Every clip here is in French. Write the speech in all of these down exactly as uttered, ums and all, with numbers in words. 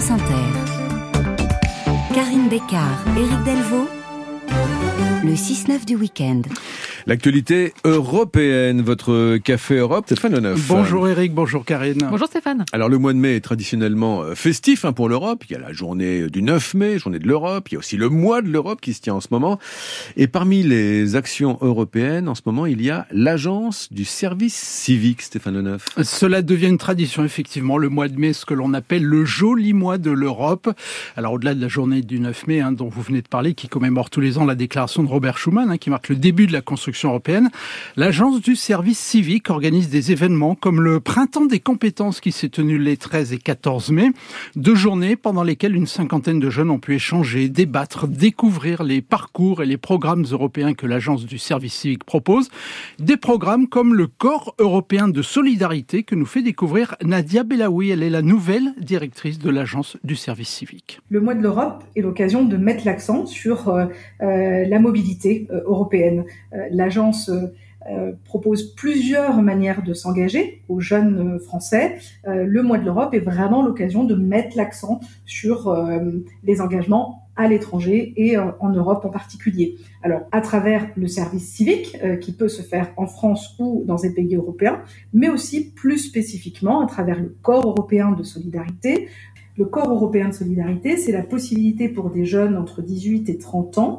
France Inter. Karine Bécard, Éric Delvaux, le six neuf du week-end. L'actualité européenne, votre Café Europe, Stéphane Le Neuf. Bonjour Eric, bonjour Karine. Bonjour Stéphane. Alors le mois de mai est traditionnellement festif hein, pour l'Europe. Il y a la journée du neuf mai, journée de l'Europe. Il y a aussi le mois de l'Europe qui se tient en ce moment. Et parmi les actions européennes, en ce moment, il y a l'agence du service civique, Stéphane Le Neuf. Cela devient une tradition, effectivement, le mois de mai, ce que l'on appelle le joli mois de l'Europe. Alors au-delà de la journée du neuf mai, hein, dont vous venez de parler, qui commémore tous les ans la déclaration de Robert Schuman, hein, qui marque le début de la construction européenne, l'agence du service civique organise des événements comme le Printemps des compétences qui s'est tenu les treize et quatorze mai, deux journées pendant lesquelles une cinquantaine de jeunes ont pu échanger, débattre, découvrir les parcours et les programmes européens que l'agence du service civique propose, des programmes comme le Corps européen de solidarité que nous fait découvrir Nadia Belaoui. Elle est la nouvelle directrice de l'agence du service civique. Le mois de l'Europe est l'occasion de mettre l'accent sur euh, euh, la mobilité euh, européenne. Euh, L'agence euh, propose plusieurs manières de s'engager aux jeunes Français. Euh, le mois de l'Europe est vraiment l'occasion de mettre l'accent sur euh, les engagements à l'étranger et euh, en Europe en particulier. Alors, à travers le service civique euh, qui peut se faire en France ou dans des pays européens, mais aussi plus spécifiquement à travers le Corps européen de solidarité. Le Corps européen de solidarité, c'est la possibilité pour des jeunes entre dix-huit et trente ans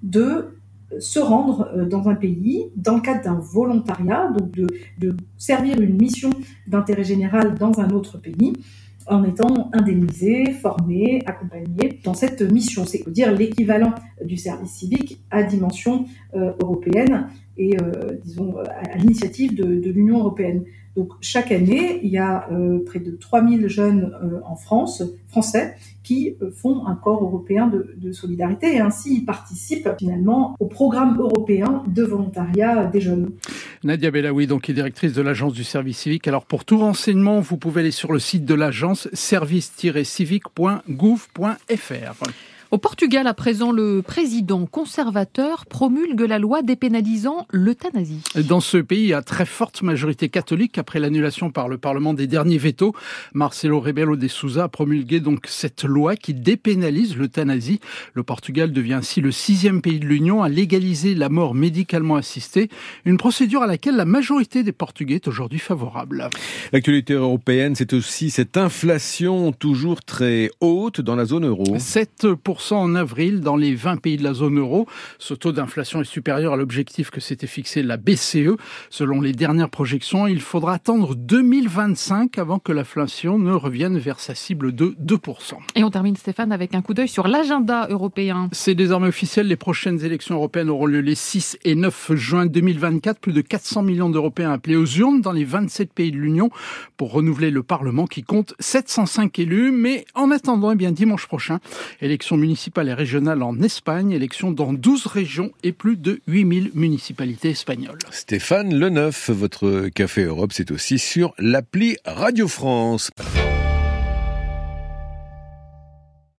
de se rendre dans un pays dans le cadre d'un volontariat, donc de, de servir une mission d'intérêt général dans un autre pays en étant indemnisé, formé, accompagné dans cette mission. C'est dire l'équivalent du service civique à dimension euh, européenne et euh, disons à, à l'initiative de, de l'Union européenne. Donc chaque année, il y a euh, près de trois mille jeunes euh, en France, français, qui euh, font un corps européen de, de solidarité et ainsi ils participent finalement au programme européen de volontariat des jeunes. Nadia Belaoui, donc, est directrice de l'agence du service civique. Alors pour tout renseignement, vous pouvez aller sur le site de l'agence service tiret civique point gouv point f r. Au Portugal, à présent, le président conservateur promulgue la loi dépénalisant l'euthanasie. Dans ce pays à très forte majorité catholique, après l'annulation par le Parlement des derniers vétos, Marcelo Rebelo de Sousa a promulgué donc cette loi qui dépénalise l'euthanasie. Le Portugal devient ainsi le sixième pays de l'Union à légaliser la mort médicalement assistée, une procédure à laquelle la majorité des Portugais est aujourd'hui favorable. L'actualité européenne, c'est aussi cette inflation toujours très haute dans la zone euro. sept pour cent en avril dans les vingt pays de la zone euro. Ce taux d'inflation est supérieur à l'objectif que s'était fixé la B C E. Selon les dernières projections, il faudra attendre deux mille vingt-cinq avant que l'inflation ne revienne vers sa cible de deux pour cent. Et on termine, Stéphane, avec un coup d'œil sur l'agenda européen. C'est désormais officiel, les prochaines élections européennes auront lieu les six et neuf juin deux mille vingt-quatre. Plus de quatre cents millions d'Européens appelés aux urnes dans les vingt-sept pays de l'Union pour renouveler le Parlement qui compte sept cent cinq élus. Mais en attendant, eh bien, dimanche prochain, élection municipale et régionale en Espagne, élection dans douze régions et plus de huit mille municipalités espagnoles. Stéphane Le Neuf, votre Café Europe, c'est aussi sur l'appli Radio France.